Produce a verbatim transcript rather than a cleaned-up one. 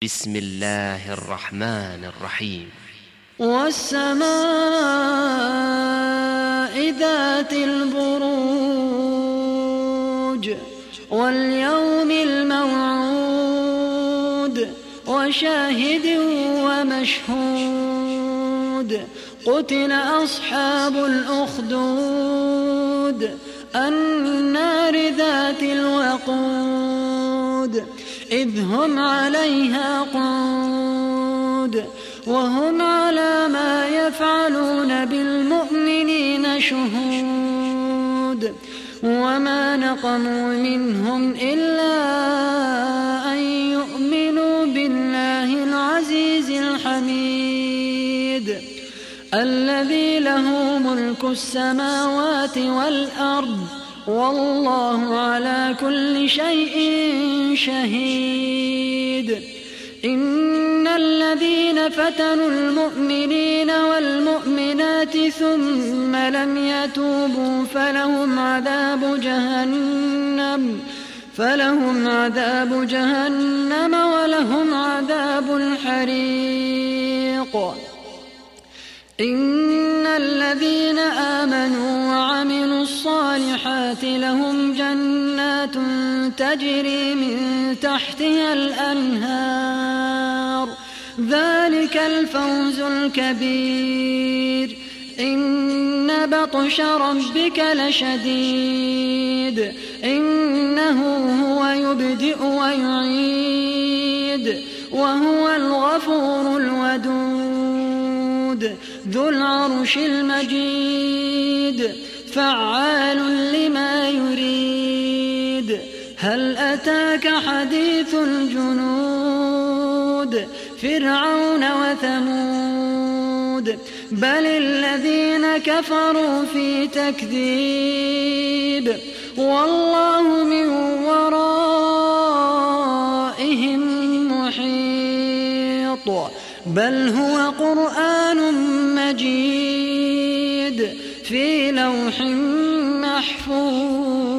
بسم الله الرحمن الرحيم. والسماء ذات البروج واليوم الموعود وشاهد ومشهود قتل أصحاب الأخدود النار ذات الوقود إذ هم عليها قعود وهم على ما يفعلون بالمؤمنين شهود وما نقموا منهم إلا أن يؤمنوا بالله العزيز الحميد الذي له ملك السماوات والأرض والله على كل شيء شهيد. إن الذين فتنوا المؤمنين والمؤمنات ثم لم يتوبوا فلهم عذاب جهنم فلهم عذاب جهنم ولهم عذاب الحريق. إن الذين آمنوا وعملوا الصالحات لهم جنات تجري من تحتها الأنهار ذلك الفوز الكبير. إن بطش ربك لشديد إنه هو يبدئ ويعيد وهو الغفور الودود ذو العرش المجيد فعال لما يريد. هل أتاك حديث الجنود فرعون وثمود بل الذين كفروا في تكذيب والله من ورائهم محيط. بل هو قرآن مجيد في لوح محفوظ.